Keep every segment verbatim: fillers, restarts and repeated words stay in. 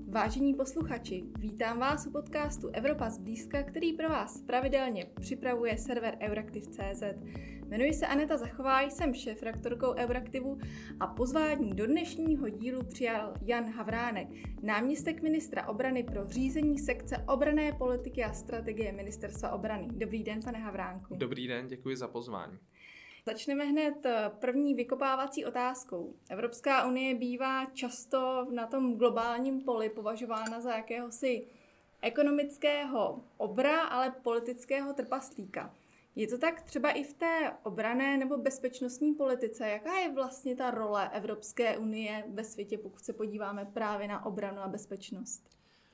Vážení posluchači, vítám vás u podcastu Evropa zblízka, který pro vás pravidelně připravuje server Euraktiv tečka cé zet. Jmenuji se Aneta Zachová, jsem šéfredaktorkou Euraktivu a pozvání do dnešního dílu přijal Jan Havránek, náměstek ministra obrany pro řízení sekce obranné politiky a strategie Ministerstva obrany. Dobrý den, pane Havránku. Dobrý den, děkuji za pozvání. Začneme hned první vykopávací otázkou. Evropská unie bývá často na tom globálním poli považována za jakéhosi ekonomického obra, ale politického trpaslíka. Je to tak třeba i v té obranné nebo bezpečnostní politice? Jaká je vlastně ta role Evropské unie ve světě, pokud se podíváme právě na obranu a bezpečnost?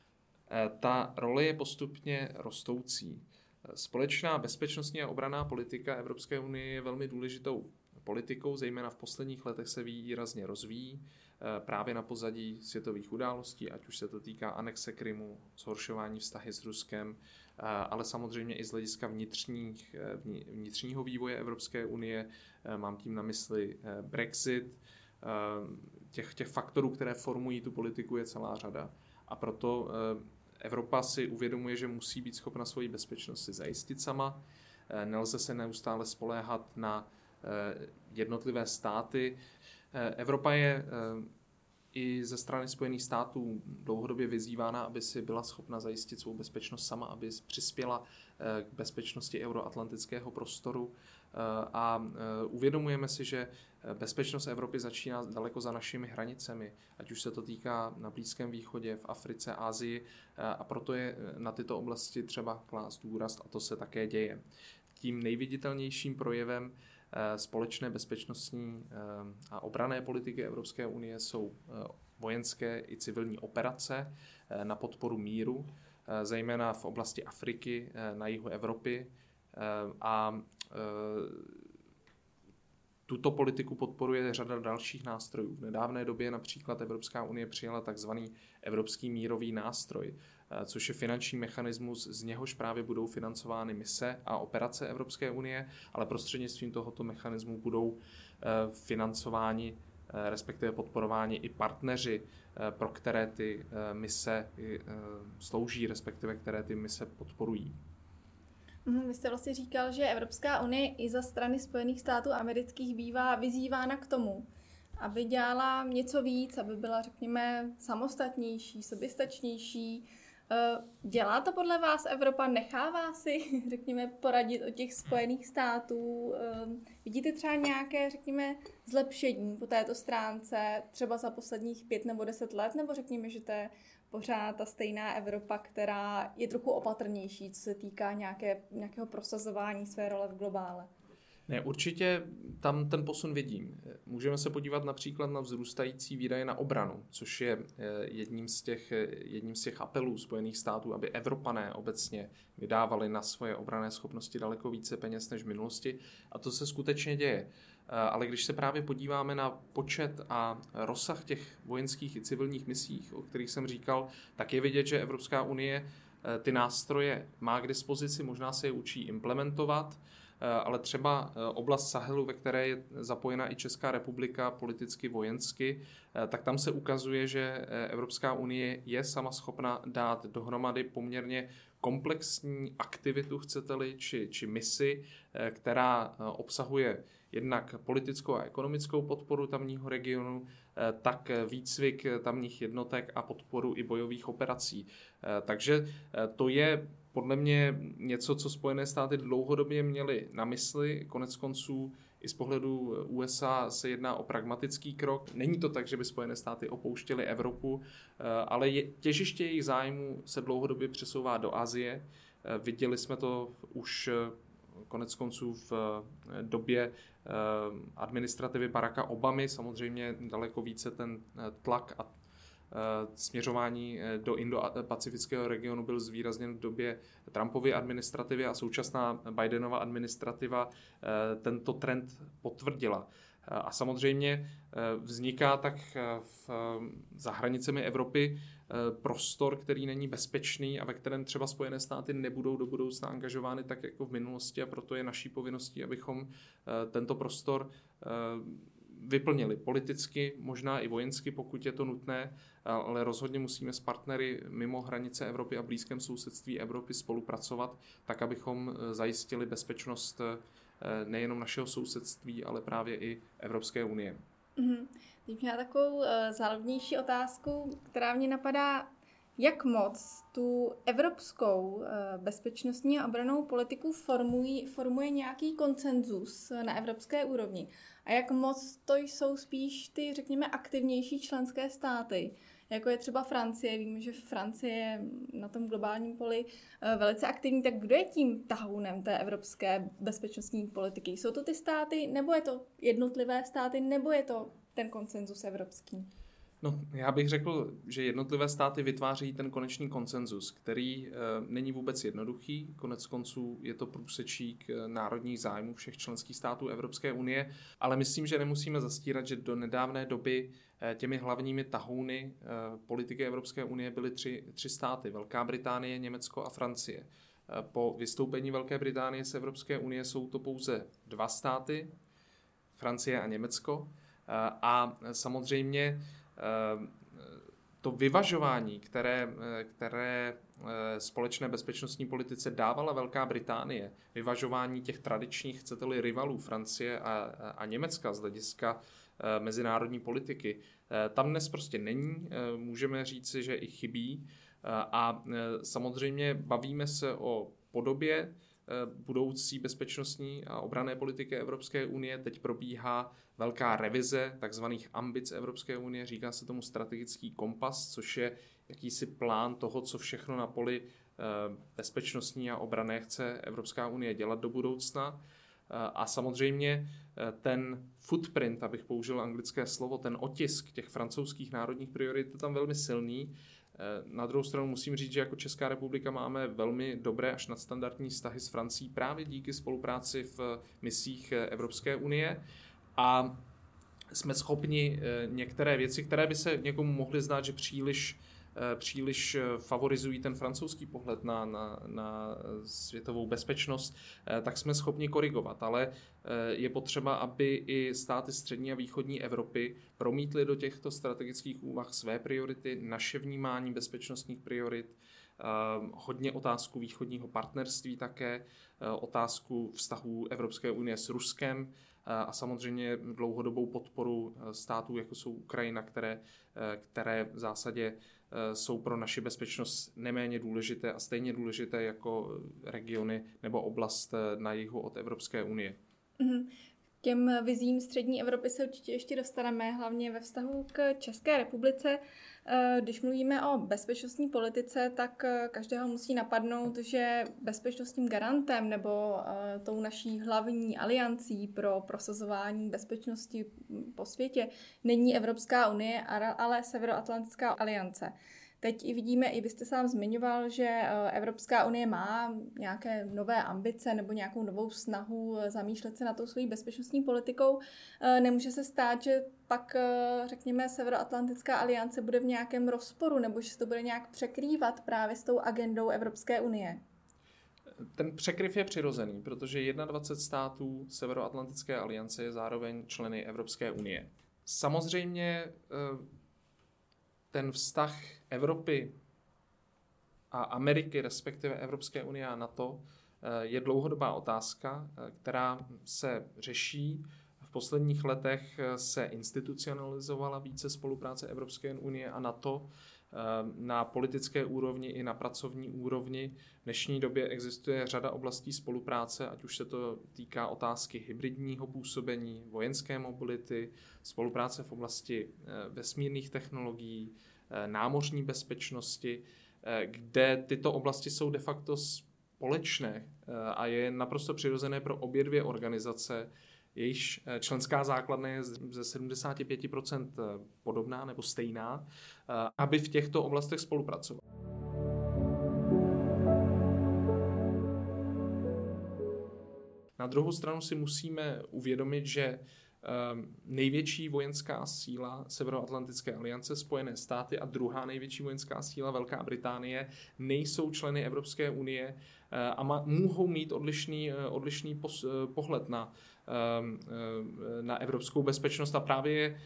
Ta role je postupně rostoucí. Společná bezpečnostní a obranná politika Evropské unie je velmi důležitou politikou, zejména v posledních letech se výrazně rozvíjí právě na pozadí světových událostí, ať už se to týká anexe Krymu, zhoršování vztahy s Ruskem, ale samozřejmě i z hlediska vnitřních, vnitřního vývoje Evropské unie. Mám tím na mysli Brexit. Těch, těch faktorů, které formují tu politiku, je celá řada. A proto Evropa si uvědomuje, že musí být schopna svoji bezpečnost si zajistit sama. Nelze se neustále spoléhat na jednotlivé státy. Evropa je i ze strany Spojených států dlouhodobě vyzývána, aby si byla schopna zajistit svou bezpečnost sama, aby přispěla k bezpečnosti euroatlantického prostoru. A uvědomujeme si, že bezpečnost Evropy začíná daleko za našimi hranicemi, ať už se to týká na Blízkém východě, v Africe, Asii, a proto je na tyto oblasti třeba klást důraz a to se také děje. Tím nejviditelnějším projevem společné bezpečnostní a obranné politiky Evropské unie jsou vojenské i civilní operace na podporu míru, zejména v oblasti Afriky, na jihu Evropy. A tuto politiku podporuje řada dalších nástrojů. V nedávné době například Evropská unie přijala takzvaný Evropský mírový nástroj, což je finanční mechanismus, z něhož právě budou financovány mise a operace Evropské unie, ale prostřednictvím tohoto mechanismu budou financováni, respektive podporováni i partneři, pro které ty mise slouží, respektive které ty mise podporují. Vy jste vlastně říkal, že Evropská unie i za strany Spojených států amerických bývá vyzývána k tomu, aby dělala něco víc, aby byla, řekněme, samostatnější, soběstačnější. Dělá to podle vás Evropa? Nechává si, řekněme, poradit od těch Spojených států? Vidíte třeba nějaké, řekněme, zlepšení po této stránce, třeba za posledních pět nebo deset let, nebo řekněme, že to je pořád ta stejná Evropa, která je trochu opatrnější, co se týká nějaké, nějakého prosazování své role v globále? Ne, určitě tam ten posun vidím. Můžeme se podívat například na vzrůstající výdaje na obranu, což je jedním z těch, jedním z těch apelů Spojených států, aby Evropané obecně vydávali na svoje obranné schopnosti daleko více peněz než v minulosti. A to se skutečně děje. Ale když se právě podíváme na počet a rozsah těch vojenských i civilních misí, o kterých jsem říkal, tak je vidět, že Evropská unie ty nástroje má k dispozici, možná se je učí implementovat, ale třeba oblast Sahelu, ve které je zapojena i Česká republika politicky, vojensky, tak tam se ukazuje, že Evropská unie je sama schopna dát dohromady poměrně komplexní aktivitu, chcete-li, či, či misi, která obsahuje jednak politickou a ekonomickou podporu tamního regionu, tak výcvik tamních jednotek a podporu i bojových operací. Takže to je podle mě něco, co Spojené státy dlouhodobě měly na mysli. Konec konců i z pohledu U S A se jedná o pragmatický krok. Není to tak, že by Spojené státy opouštěly Evropu, ale je, těžiště jejich zájmu se dlouhodobě přesouvá do Asie. Viděli jsme to už konec konců v době administrativy Baracka Obamy, samozřejmě daleko více ten tlak a směřování do Indo-pacifického regionu byl zvýrazněn v době Trumpovy administrativy a současná Bidenova administrativa tento trend potvrdila. A samozřejmě vzniká tak v, za hranicemi Evropy prostor, který není bezpečný a ve kterém třeba Spojené státy nebudou do budoucna angažovány tak jako v minulosti, a proto je naší povinností, abychom tento prostor vyplnili politicky, možná i vojensky, pokud je to nutné, ale rozhodně musíme s partnery mimo hranice Evropy a blízkém sousedství Evropy spolupracovat, tak abychom zajistili bezpečnost nejenom našeho sousedství, ale právě i Evropské unie. Mm-hmm. Teď měla takovou uh, záludnější otázku, která mě napadá, jak moc tu evropskou uh, bezpečnostní a obrannou politiku formují, formuje nějaký konsenzus na evropské úrovni a jak moc to jsou spíš ty, řekněme, aktivnější členské státy, jako je třeba Francie. Víme, že Francie je na tom globálním poli uh, velice aktivní, tak kdo je tím tahounem té evropské bezpečnostní politiky? Jsou to ty státy, nebo je to jednotlivé státy, nebo je to ten konsenzus evropský? No, já bych řekl, že jednotlivé státy vytváří ten konečný konsenzus, který e, není vůbec jednoduchý. Konec konců je to průsečík e, národních zájmů všech členských států Evropské unie, ale myslím, že nemusíme zastírat, že do nedávné doby e, těmi hlavními tahouny e, politiky Evropské unie byly tři, tři státy. Velká Británie, Německo a Francie. E, po vystoupení Velké Británie z Evropské unie jsou to pouze dva státy, Francie a Německo. E, a samozřejmě to vyvažování, které, které společné bezpečnostní politice dávala Velká Británie, vyvažování těch tradičních, chcete-li, rivalů Francie a, a Německa z hlediska mezinárodní politiky, tam dnes prostě není. Můžeme říci, že i chybí. A samozřejmě bavíme se o podobě budoucí bezpečnostní a obranné politiky Evropské unie. Teď probíhá velká revize takzvaných ambic Evropské unie, říká se tomu strategický kompas, což je jakýsi plán toho, co všechno na poli bezpečnostní a obranné chce Evropská unie dělat do budoucna. A samozřejmě ten footprint, abych použil anglické slovo, ten otisk těch francouzských národních priorit je tam velmi silný. Na druhou stranu musím říct, že jako Česká republika máme velmi dobré až nadstandardní vztahy s Francií právě díky spolupráci v misích Evropské unie a jsme schopni některé věci, které by se někomu mohly zdát, že příliš, příliš favorizují ten francouzský pohled na, na, na světovou bezpečnost, tak jsme schopni korigovat. Ale je potřeba, aby i státy střední a východní Evropy promítly do těchto strategických úvah své priority, naše vnímání bezpečnostních priorit, hodně otázku východního partnerství také, otázku vztahů Evropské unie s Ruskem a samozřejmě dlouhodobou podporu států, jako jsou Ukrajina, které, které v zásadě jsou pro naši bezpečnost neméně důležité a stejně důležité jako regiony nebo oblast na jihu od Evropské unie. Mm-hmm. Těm vizím střední Evropy se určitě ještě dostaneme, hlavně ve vztahu k České republice. Když mluvíme o bezpečnostní politice, tak každého musí napadnout, že bezpečnostním garantem nebo tou naší hlavní aliancí pro prosazování bezpečnosti po světě není Evropská unie, ale Severoatlantická aliance. Teď i vidíme, i vy jste sám zmiňoval, že Evropská unie má nějaké nové ambice nebo nějakou novou snahu zamýšlet se na tou svojí bezpečnostní politikou. Nemůže se stát, že pak, řekněme, Severoatlantická aliance bude v nějakém rozporu nebo že se to bude nějak překrývat právě s tou agendou Evropské unie? Ten překryv je přirozený, protože dvacet jedna států Severoatlantické aliance je zároveň členy Evropské unie. Samozřejmě ten vztah Evropy a Ameriky, respektive Evropské unie a NATO, je dlouhodobá otázka, která se řeší. V posledních letech se institucionalizovala více spolupráce Evropské unie a NATO na politické úrovni i na pracovní úrovni. V dnešní době existuje řada oblastí spolupráce, ať už se to týká otázky hybridního působení, vojenské mobility, spolupráce v oblasti vesmírných technologií, námořní bezpečnosti, kde tyto oblasti jsou de facto společné a je naprosto přirozené pro obě dvě organizace, jejíž členská základna je ze sedmdesát pět procent podobná nebo stejná, aby v těchto oblastech spolupracovala. Na druhou stranu si musíme uvědomit, že největší vojenská síla Severoatlantické aliance, Spojené státy, a druhá největší vojenská síla, Velká Británie, nejsou členy Evropské unie a mohou mít odlišný, odlišný pohled na na evropskou bezpečnost a právě je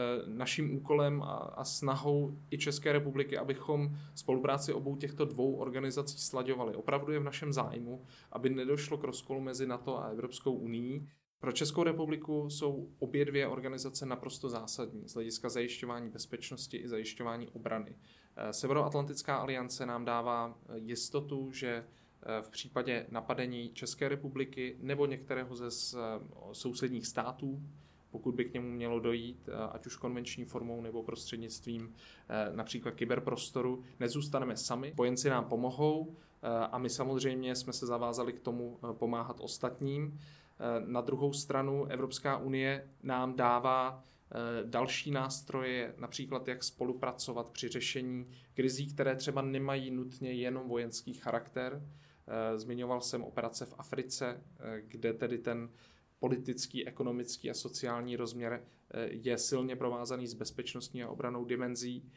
naším úkolem a snahou i České republiky, abychom spolupráci obou těchto dvou organizací slaďovali. Opravdu je v našem zájmu, aby nedošlo k rozkolu mezi NATO a Evropskou unií. Pro Českou republiku jsou obě dvě organizace naprosto zásadní z hlediska zajišťování bezpečnosti i zajišťování obrany. Severoatlantická aliance nám dává jistotu, že v případě napadení České republiky nebo některého ze sousedních států, pokud by k němu mělo dojít, ať už konvenční formou nebo prostřednictvím například kyberprostoru, nezůstaneme sami. Spojenci nám pomohou a my samozřejmě jsme se zavázali k tomu pomáhat ostatním. Na druhou stranu Evropská unie nám dává další nástroje, například jak spolupracovat při řešení krizí, které třeba nemají nutně jenom vojenský charakter. Zmiňoval jsem operace v Africe, kde tedy ten politický, ekonomický a sociální rozměr je silně provázaný s bezpečnostní a obrannou dimenzí.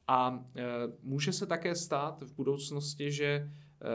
A může se také stát v budoucnosti, že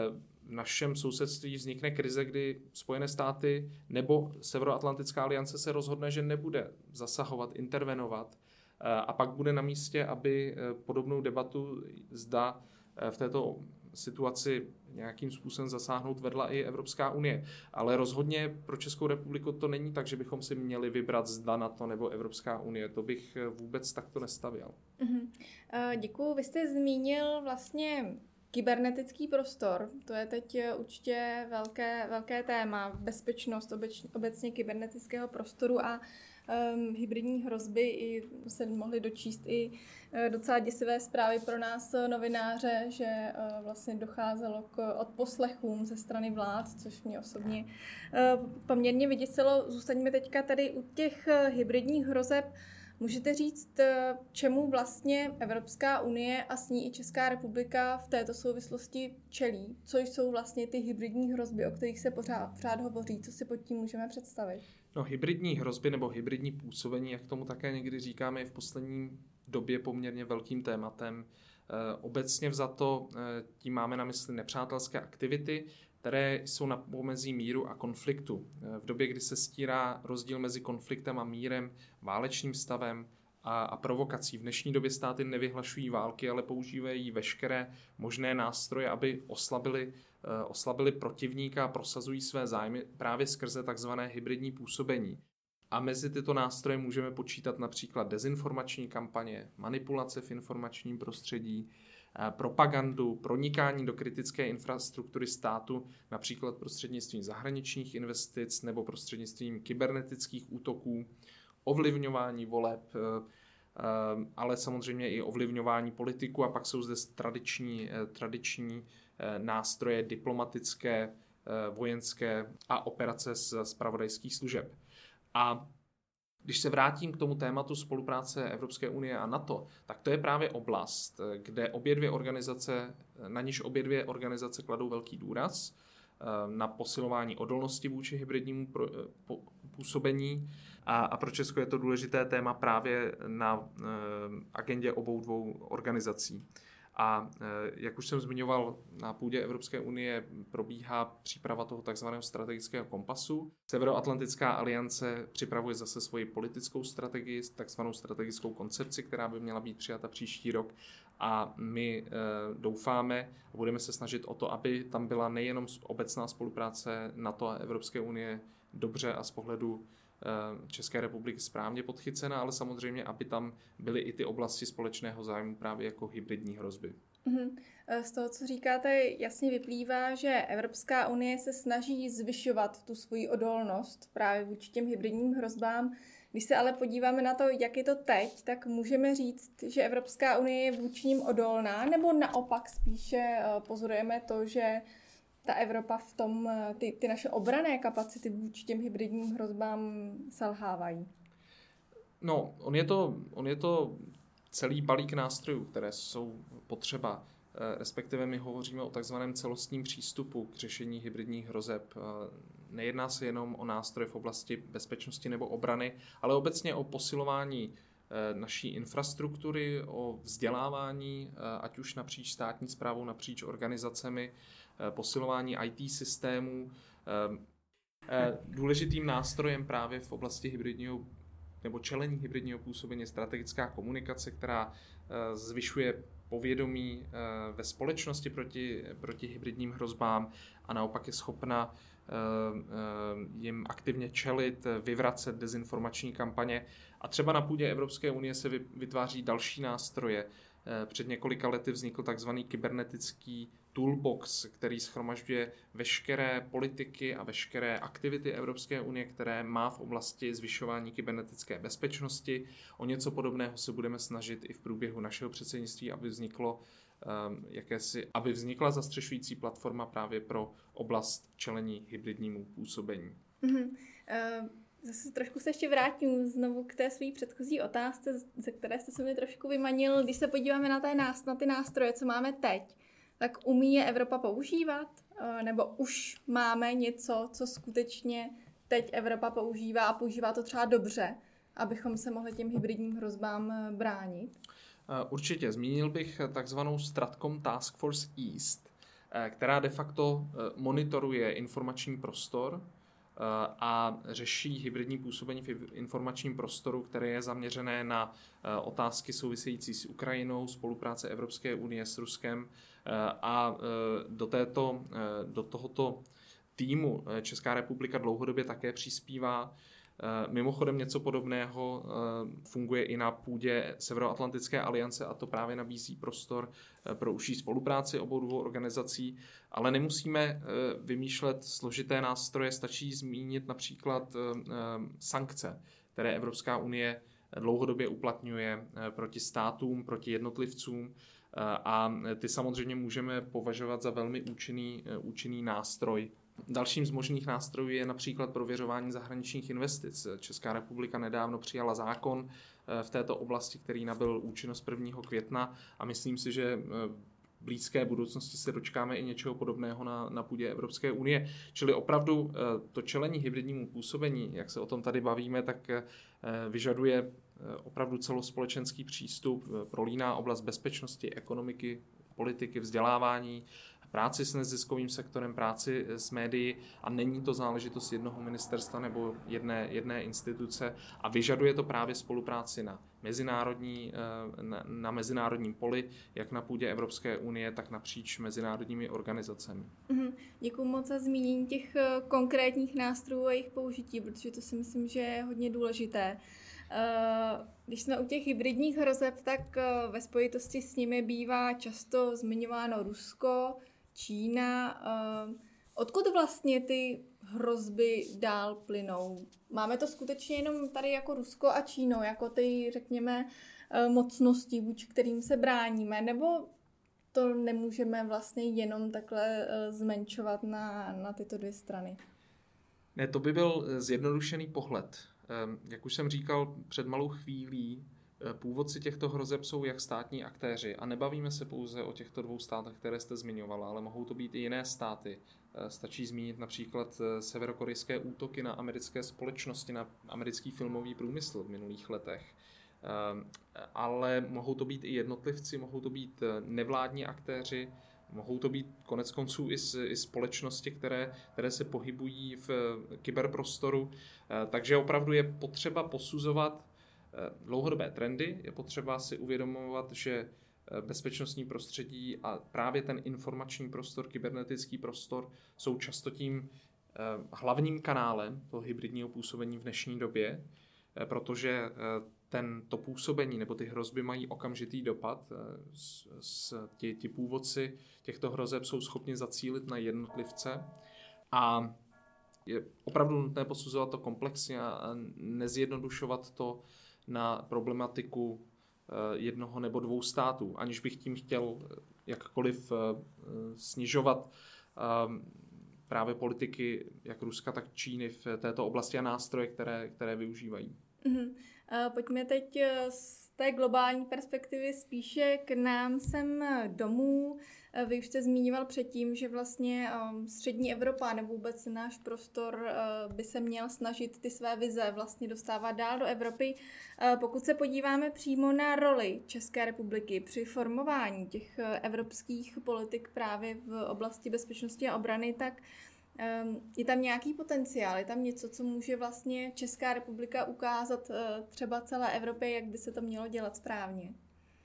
v našem sousedství vznikne krize, kdy Spojené státy nebo Severoatlantická aliance se rozhodne, že nebude zasahovat, intervenovat a pak bude na místě, aby podobnou debatu zda v této situaci nějakým způsobem zasáhnout vedla i Evropská unie. Ale rozhodně pro Českou republiku to není tak, že bychom si měli vybrat zda NATO nebo Evropská unie. To bych vůbec takto nestavěl. Uh-huh. Děkuju. Vy jste zmínil vlastně kybernetický prostor. To je teď určitě velké, velké téma. Bezpečnost obeč, obecně kybernetického prostoru a um, hybridní hrozby. I se mohli dočíst i uh, docela děsivé zprávy pro nás novináře, že uh, vlastně docházelo k odposlechům ze strany vlád, což mě osobně uh, poměrně vyděsilo. Zůstaňme teďka tady u těch uh, hybridních hrozeb. Můžete říct, čemu vlastně Evropská unie a s ní i Česká republika v této souvislosti čelí? Co jsou vlastně ty hybridní hrozby, o kterých se pořád, pořád hovoří? Co si pod tím můžeme představit? No, hybridní hrozby nebo hybridní působení, jak tomu také někdy říkáme, je v poslední době poměrně velkým tématem. Obecně vzato tím máme na mysli nepřátelské aktivity, které jsou na pomezí míru a konfliktu. V době, kdy se stírá rozdíl mezi konfliktem a mírem, válečným stavem a, a provokací. V dnešní době státy nevyhlašují války, ale používají veškeré možné nástroje, aby oslabili, oslabili protivníka a prosazují své zájmy právě skrze takzvané hybridní působení. A mezi tyto nástroje můžeme počítat například dezinformační kampaně, manipulace v informačním prostředí, propagandu, pronikání do kritické infrastruktury státu, například prostřednictvím zahraničních investic nebo prostřednictvím kybernetických útoků, ovlivňování voleb, ale samozřejmě i ovlivňování politiků a pak jsou zde tradiční, tradiční nástroje diplomatické, vojenské a operace z zpravodajských služeb. A když se vrátím k tomu tématu spolupráce Evropské unie a NATO, tak to je právě oblast, kde obě dvě organizace, na níž obě dvě organizace kladou velký důraz na posilování odolnosti vůči hybridnímu působení. A, a pro Česko je to důležité téma právě na agendě obou dvou organizací. A jak už jsem zmiňoval, na půdě Evropské unie probíhá příprava toho takzvaného strategického kompasu. Severoatlantická aliance připravuje zase svoji politickou strategii, takzvanou strategickou koncepci, která by měla být přijata příští rok. A my doufáme a budeme se snažit o to, aby tam byla nejenom obecná spolupráce NATO a Evropské unie dobře a z pohledu České republiky správně podchycena, ale samozřejmě, aby tam byly i ty oblasti společného zájmu právě jako hybridní hrozby. Z toho, co říkáte, jasně vyplývá, že Evropská unie se snaží zvyšovat tu svoji odolnost právě vůči těm hybridním hrozbám. Když se ale podíváme na to, jak je to teď, tak můžeme říct, že Evropská unie je vůči nim odolná, nebo naopak spíše pozorujeme to, že ta Evropa v tom, ty, ty naše obranné kapacity vůči těm hybridním hrozbám selhávají? No, on je to, on je to celý balík nástrojů, které jsou potřeba. Respektive my hovoříme o takzvaném celostním přístupu k řešení hybridních hrozeb. Nejedná se jenom o nástroje v oblasti bezpečnosti nebo obrany, ale obecně o posilování naší infrastruktury, o vzdělávání, ať už napříč státní správou, napříč organizacemi, posilování í té systémů. Důležitým nástrojem právě v oblasti hybridního nebo čelení hybridního působení je strategická komunikace, která zvyšuje povědomí ve společnosti proti, proti hybridním hrozbám a naopak je schopna jim aktivně čelit, vyvracet dezinformační kampaně. A třeba na půdě Evropské unie se vytváří další nástroje. Před několika lety vznikl takzvaný kybernetický toolbox, který shromažďuje veškeré politiky a veškeré aktivity Evropské unie, které má v oblasti zvyšování kybernetické bezpečnosti. O něco podobného se budeme snažit i v průběhu našeho předsednictví, aby vzniklo um, jakési, aby vznikla zastřešující platforma právě pro oblast čelení hybridnímu působení. Mm-hmm. Uh... Zase trošku se ještě vrátím znovu k té své předchozí otázce, ze které jste se mi trošku vymanil. Když se podíváme na, té, na ty nástroje, co máme teď, tak umí je Evropa používat? Nebo už máme něco, co skutečně teď Evropa používá a používá to třeba dobře, abychom se mohli těm hybridním hrozbám bránit? Určitě. Zmínil bych takzvanou Stratcom Task Force East, která de facto monitoruje informační prostor a řeší hybridní působení v informačním prostoru, které je zaměřené na otázky související s Ukrajinou, spolupráce Evropské unie s Ruskem a do, této, do tohoto týmu Česká republika dlouhodobě také přispívá. Mimochodem něco podobného funguje i na půdě Severoatlantické aliance a to právě nabízí prostor pro užší spolupráci obou dvou organizací, ale nemusíme vymýšlet složité nástroje, stačí zmínit například sankce, které Evropská unie dlouhodobě uplatňuje proti státům, proti jednotlivcům a ty samozřejmě můžeme považovat za velmi účinný, účinný nástroj. Dalším z možných nástrojů je například prověřování zahraničních investic. Česká republika nedávno přijala zákon v této oblasti, který nabyl účinnost prvního května a myslím si, že v blízké budoucnosti se dočkáme i něčeho podobného na, na půdě Evropské unie. Čili opravdu to čelení hybridnímu působení, jak se o tom tady bavíme, tak vyžaduje opravdu celospolečenský přístup, prolíná oblast bezpečnosti, ekonomiky, politiky, vzdělávání, práci s neziskovým sektorem, práci s médií a není to záležitost jednoho ministerstva nebo jedné, jedné instituce a vyžaduje to právě spolupráci na, mezinárodní, na, na mezinárodním poli, jak na půdě Evropské unie, tak napříč mezinárodními organizacemi. Děkuji moc za zmínění těch konkrétních nástrojů a jejich použití, protože to si myslím, že je hodně důležité. Když jsme u těch hybridních hrozeb, tak ve spojitosti s nimi bývá často zmiňováno Rusko, Čína. Odkud vlastně ty hrozby dál plynou? Máme to skutečně jenom tady jako Rusko a Číno, jako ty, řekněme, mocnosti, vůči kterým se bráníme, nebo to nemůžeme vlastně jenom takhle zmenšovat na, na tyto dvě strany? Ne, to by byl zjednodušený pohled. Jak už jsem říkal před malou chvílí, původci těchto hrozeb jsou jak státní aktéři a nebavíme se pouze o těchto dvou státech, které jste zmiňovala, ale mohou to být i jiné státy. Stačí zmínit například severokorejské útoky na americké společnosti, na americký filmový průmysl v minulých letech. Ale mohou to být i jednotlivci, mohou to být nevládní aktéři, mohou to být konec konců i, i společnosti, které, které se pohybují v kyberprostoru. Takže opravdu je potřeba posuzovat dlouhodobé trendy, je potřeba si uvědomovat, že bezpečnostní prostředí a právě ten informační prostor, kybernetický prostor jsou často tím hlavním kanálem toho hybridního působení v dnešní době, protože ten, to působení nebo ty hrozby mají okamžitý dopad. S, s, ti, ti původci těchto hrozeb jsou schopni zacílit na jednotlivce a je opravdu nutné posuzovat to komplexně a nezjednodušovat to na problematiku jednoho nebo dvou států, aniž bych tím chtěl jakkoliv snižovat právě politiky jak Ruska, tak Číny v této oblasti a nástroje, které, které využívají. Mm-hmm. Pojďme teď z té globální perspektivy spíše k nám sem domů. Vy už jste zmiňoval předtím, že vlastně střední Evropa nebo vůbec náš prostor by se měl snažit ty své vize vlastně dostávat dál do Evropy. Pokud se podíváme přímo na roli České republiky při formování těch evropských politik právě v oblasti bezpečnosti a obrany, tak Je tam nějaký potenciál, je tam něco, co může vlastně Česká republika ukázat třeba celé Evropě, jak by se to mělo dělat správně?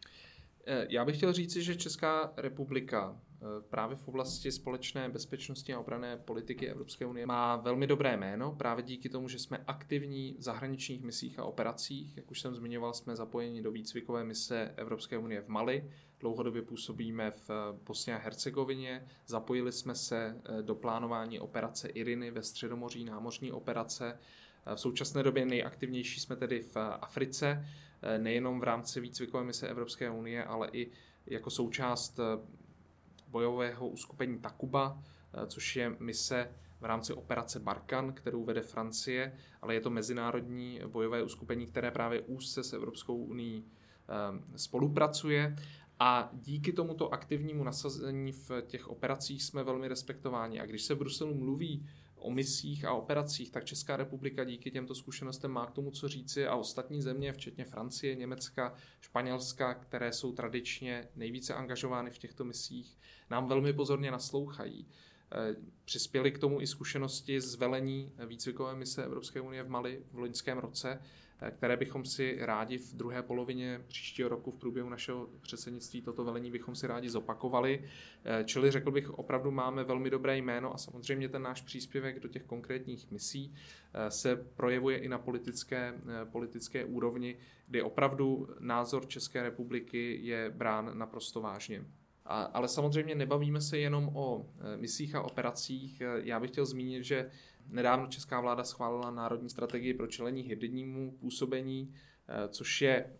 Já bych chtěl říci, že Česká republika právě v oblasti společné bezpečnosti a obranné politiky Evropské unie má velmi dobré jméno, právě díky tomu, že jsme aktivní v zahraničních misích a operacích. Jak už jsem zmiňoval, jsme zapojeni do výcvikové mise Evropské unie v Mali, dlouhodobě působíme v Bosně a Hercegovině, zapojili jsme se do plánování operace Iriny ve Středomoří, námořní operace. V současné době nejaktivnější jsme tedy v Africe, nejenom v rámci výcvikové mise Evropské unie, ale i jako součást bojového uskupení Takuba, což je mise v rámci operace Barkan, kterou vede Francie, ale je to mezinárodní bojové uskupení, které právě úzce s Evropskou unií spolupracuje. A díky tomuto aktivnímu nasazení v těch operacích jsme velmi respektováni. A když se v Bruselu mluví o misích a operacích, tak Česká republika díky těmto zkušenostem má k tomu co říci a ostatní země, včetně Francie, Německa, Španělska, které jsou tradičně nejvíce angažovány v těchto misích, nám velmi pozorně naslouchají. Přispěly k tomu i zkušenosti z velení výcvikové mise Evropské unie v Mali v loňském roce, které bychom si rádi v druhé polovině příštího roku v průběhu našeho předsednictví toto velení bychom si rádi zopakovali. Čili řekl bych, opravdu máme velmi dobré jméno a samozřejmě ten náš příspěvek do těch konkrétních misí se projevuje i na politické, politické úrovni, kdy opravdu názor České republiky je brán naprosto vážně. A, ale samozřejmě nebavíme se jenom o misích a operacích. Já bych chtěl zmínit, že nedávno česká vláda schválila národní strategii pro čelení hybridnímu působení, což je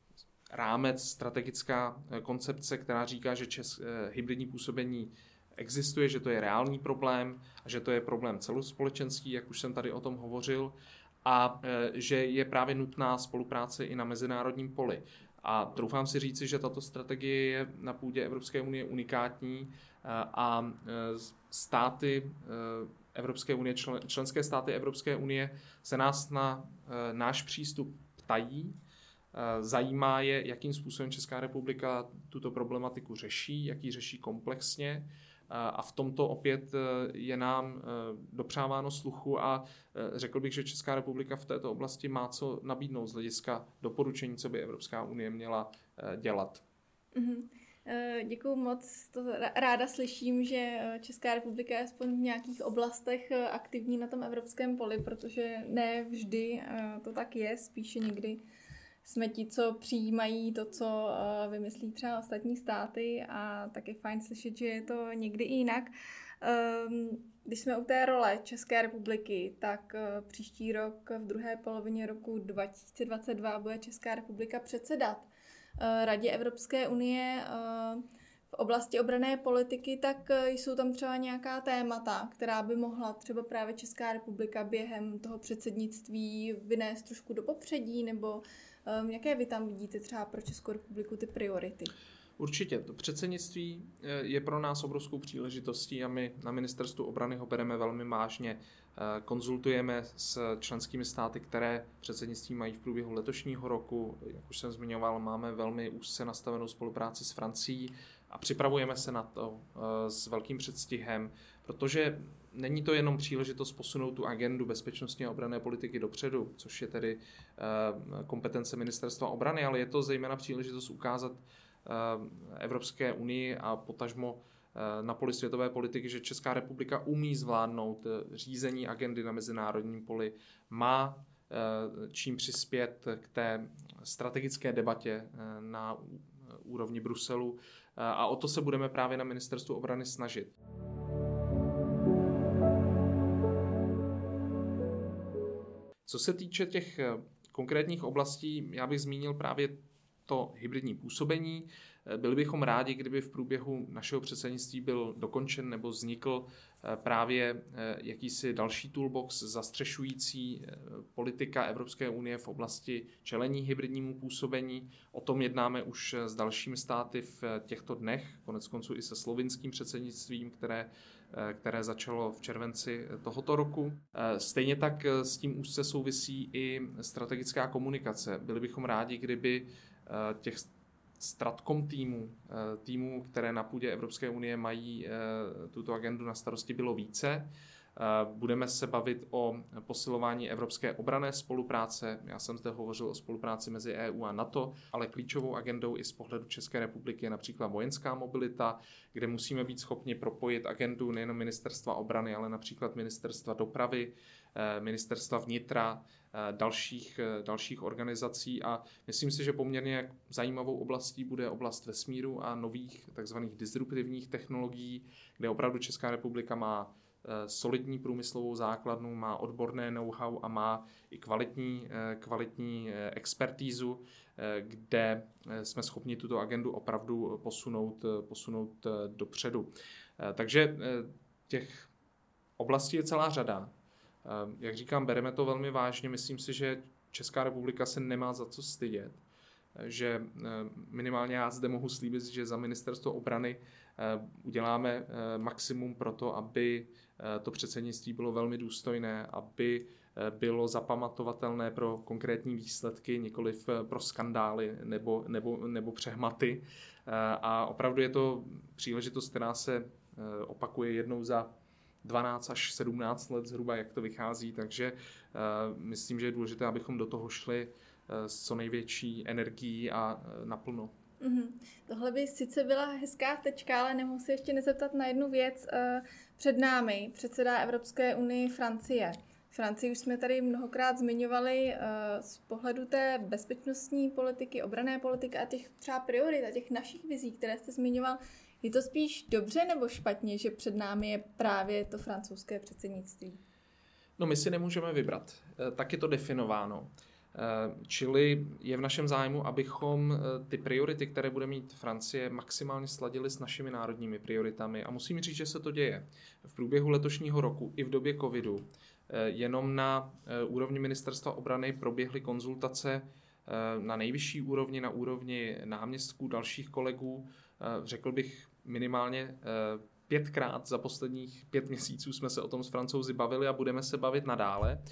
rámec, strategická koncepce, která říká, že čes, hybridní působení existuje, že to je reálný problém a že to je problém celospolečenský, jak už jsem tady o tom hovořil, a že je právě nutná spolupráce i na mezinárodním poli. A troufám si říci, že tato strategie je na půdě Evropské unie unikátní a státy Evropské unie, členské státy Evropské unie se nás na náš přístup ptají. Zajímá je, jakým způsobem Česká republika tuto problematiku řeší, jak ji řeší komplexně. A v tomto opět je nám dopřáváno sluchu a řekl bych, že Česká republika v této oblasti má co nabídnout z hlediska doporučení, co by Evropská unie měla dělat. Mm-hmm. Děkuju moc, to ráda slyším, že Česká republika je aspoň v nějakých oblastech aktivní na tom evropském poli, protože ne vždy to tak je, spíše někdy jsme ti, co přijímají to, co vymyslí třeba ostatní státy, a tak je fajn slyšet, že je to někdy i jinak. Když jsme u té role České republiky, tak příští rok v druhé polovině roku dva tisíce dvacet dva bude Česká republika předsedat Radě Evropské unie v oblasti obranné politiky, tak jsou tam třeba nějaká témata, která by mohla třeba právě Česká republika během toho předsednictví vynést trošku do popředí, nebo jaké vy tam vidíte třeba pro Českou republiku ty priority? Určitě. To předsednictví je pro nás obrovskou příležitostí a my na Ministerstvu obrany ho bereme velmi vážně. Konzultujeme s členskými státy, které předsednictví mají v průběhu letošního roku. Jak už jsem zmiňoval, máme velmi úzce nastavenou spolupráci s Francií a připravujeme se na to s velkým předstihem, protože není to jenom příležitost posunout tu agendu bezpečnostní a obranné politiky dopředu, což je tedy kompetence Ministerstva obrany, ale je to zejména příležitost ukázat Evropské unii a potažmo na poli světové politiky, že Česká republika umí zvládnout řízení agendy na mezinárodním poli, má čím přispět k té strategické debatě na úrovni Bruselu a o to se budeme právě na Ministerstvu obrany snažit. Co se týče těch konkrétních oblastí, já bych zmínil právě to hybridní působení. Byli bychom rádi, kdyby v průběhu našeho předsednictví byl dokončen nebo vznikl právě jakýsi další toolbox zastřešující politika Evropské unie v oblasti čelení hybridnímu působení. O tom jednáme už s dalšími státy v těchto dnech, koneckonců i se slovinským předsednictvím, které které začalo v červenci tohoto roku. Stejně tak s tím úzce souvisí i strategická komunikace. Byli bychom rádi, kdyby těch stratkom týmů, týmů, které na půdě Evropské unie mají tuto agendu na starosti, bylo více. Budeme se bavit o posilování evropské obranné spolupráce. Já jsem zde hovořil o spolupráci mezi E U a NATO, ale klíčovou agendou i z pohledu České republiky je například vojenská mobilita, kde musíme být schopni propojit agendu nejen ministerstva obrany, ale například ministerstva dopravy, ministerstva vnitra, dalších, dalších organizací a myslím si, že poměrně zajímavou oblastí bude oblast vesmíru a nových takzvaných disruptivních technologií, kde opravdu Česká republika má solidní průmyslovou základnu, má odborné know-how a má i kvalitní, kvalitní expertízu, kde jsme schopni tuto agendu opravdu posunout, posunout dopředu. Takže těch oblastí je celá řada. Jak říkám, bereme to velmi vážně. Myslím si, že Česká republika se nemá za co stydět. Že minimálně já zde mohu slíbit, že za ministerstvo obrany uděláme maximum pro to, aby to předsednictví bylo velmi důstojné, aby bylo zapamatovatelné pro konkrétní výsledky, nikoliv pro skandály nebo, nebo, nebo přehmaty. A opravdu je to příležitost, která se opakuje jednou za dvanáct až sedmnáct let zhruba, jak to vychází, takže uh, myslím, že je důležité, abychom do toho šli uh, s co největší energií a uh, naplno. Mm-hmm. Tohle by sice byla hezká tečka, ale nemohu se ještě nezeptat na jednu věc. Uh, před námi předsedá Evropské unii Francie. Francii už jsme tady mnohokrát zmiňovali uh, z pohledu té bezpečnostní politiky, obranné politiky a těch třeba priorit a těch našich vizí, které jste zmiňoval. Je to spíš dobře nebo špatně, že před námi je právě to francouzské předsednictví? No my si nemůžeme vybrat. Tak je to definováno. Čili je v našem zájmu, abychom ty priority, které bude mít Francie, maximálně sladili s našimi národními prioritami. A musím říct, že se to děje. V průběhu letošního roku i v době covidu jenom na úrovni ministerstva obrany proběhly konzultace na nejvyšší úrovni, na úrovni náměstků, dalších kolegů. Řekl bych minimálně pětkrát za posledních pět měsíců jsme se o tom s Francouzi bavili a budeme se bavit nadále.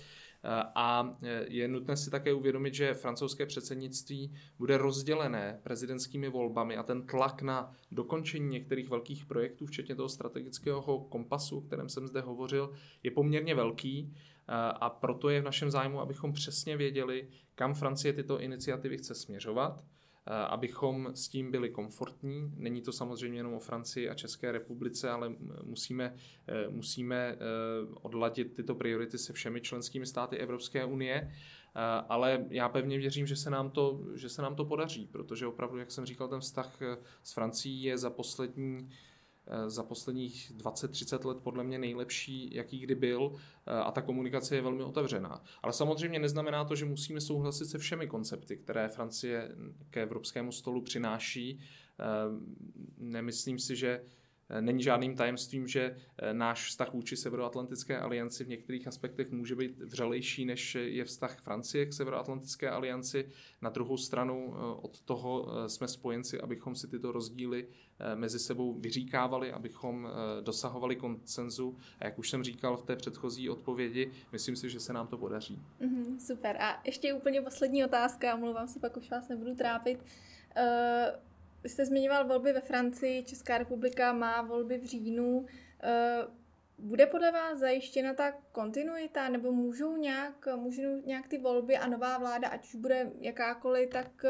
A je nutné si také uvědomit, že francouzské předsednictví bude rozdělené prezidentskými volbami a ten tlak na dokončení některých velkých projektů, včetně toho strategického kompasu, o kterém jsem zde hovořil, je poměrně velký a proto je v našem zájmu, abychom přesně věděli, kam Francie tyto iniciativy chce směřovat, abychom s tím byli komfortní. Není to samozřejmě jenom o Francii a České republice, ale musíme, musíme odladit tyto priority se všemi členskými státy Evropské unie. Ale já pevně věřím, že se nám to, že se nám to podaří, protože opravdu, jak jsem říkal, ten vztah s Francií je za poslední za posledních dvacet třicet let podle mě nejlepší, jaký kdy byl, a ta komunikace je velmi otevřená. Ale samozřejmě neznamená to, že musíme souhlasit se všemi koncepty, které Francie k evropskému stolu přináší. Nemyslím si, že není žádným tajemstvím, že náš vztah vůči Severoatlantické alianci v některých aspektech může být vřelejší, než je vztah Francie k Severoatlantické alianci. Na druhou stranu od toho jsme spojenci, abychom si tyto rozdíly mezi sebou vyříkávali, abychom dosahovali konsenzu. A jak už jsem říkal v té předchozí odpovědi, myslím si, že se nám to podaří. Mm, super. A ještě úplně poslední otázka, omlouvám se, pak už vás nebudu trápit. Uh... Vy jste zmiňoval volby ve Francii, Česká republika má volby v říjnu. Bude podle vás zajištěna ta kontinuita, nebo můžou nějak, můžou nějak ty volby a nová vláda, ať už bude jakákoliv, tak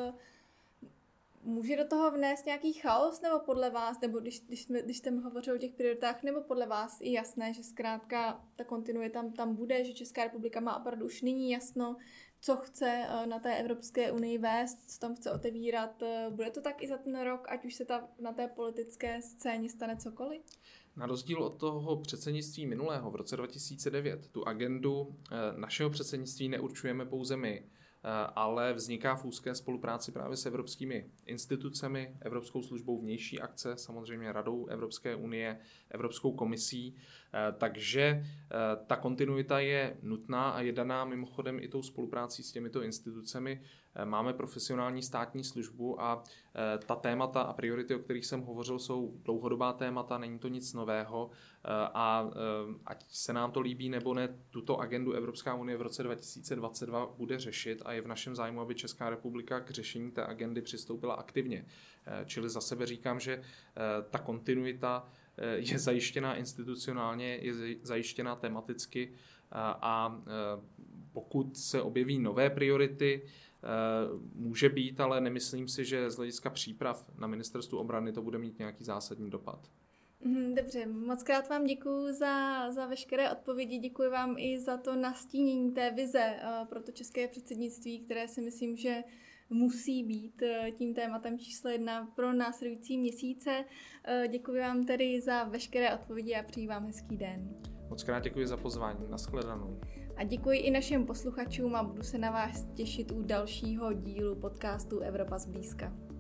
může do toho vnést nějaký chaos, nebo podle vás, nebo když, když, jsme, když jste hovořil o těch prioritách, nebo podle vás je jasné, že zkrátka ta kontinuita tam, tam bude, že Česká republika má opravdu už nyní jasno, co chce na té Evropské unii vést, co tam chce otevírat. Bude to tak i za ten rok, ať už se ta, na té politické scéně stane cokoliv? Na rozdíl od toho předsednictví minulého v roce dva tisíce devět, tu agendu našeho předsednictví neurčujeme pouze my, ale vzniká v úzké spolupráci právě s evropskými institucemi, Evropskou službou vnější akce, samozřejmě Radou Evropské unie, Evropskou komisí, takže ta kontinuita je nutná a je daná mimochodem i tou spoluprácí s těmito institucemi. Máme profesionální státní službu a ta témata a priority, o kterých jsem hovořil, jsou dlouhodobá témata, není to nic nového a ať se nám to líbí nebo ne, tuto agendu Evropská unie v roce dva tisíce dvacet dva bude řešit a je v našem zájmu, aby Česká republika k řešení té agendy přistoupila aktivně. Čili za sebe říkám, že ta kontinuita je zajištěná institucionálně, je zajištěná tematicky a pokud se objeví nové priority, může být, ale nemyslím si, že z hlediska příprav na ministerstvu obrany to bude mít nějaký zásadní dopad. Dobře, moc krát vám děkuji za, za veškeré odpovědi, děkuji vám i za to nastínění té vize pro to české předsednictví, které si myslím, že musí být tím tématem číslo jedna pro následující měsíce. Děkuji vám tedy za veškeré odpovědi a přeji vám hezký den. Moc krát děkuji za pozvání, nashledanou. A děkuji i našim posluchačům a budu se na vás těšit u dalšího dílu podcastu Evropa zblízka.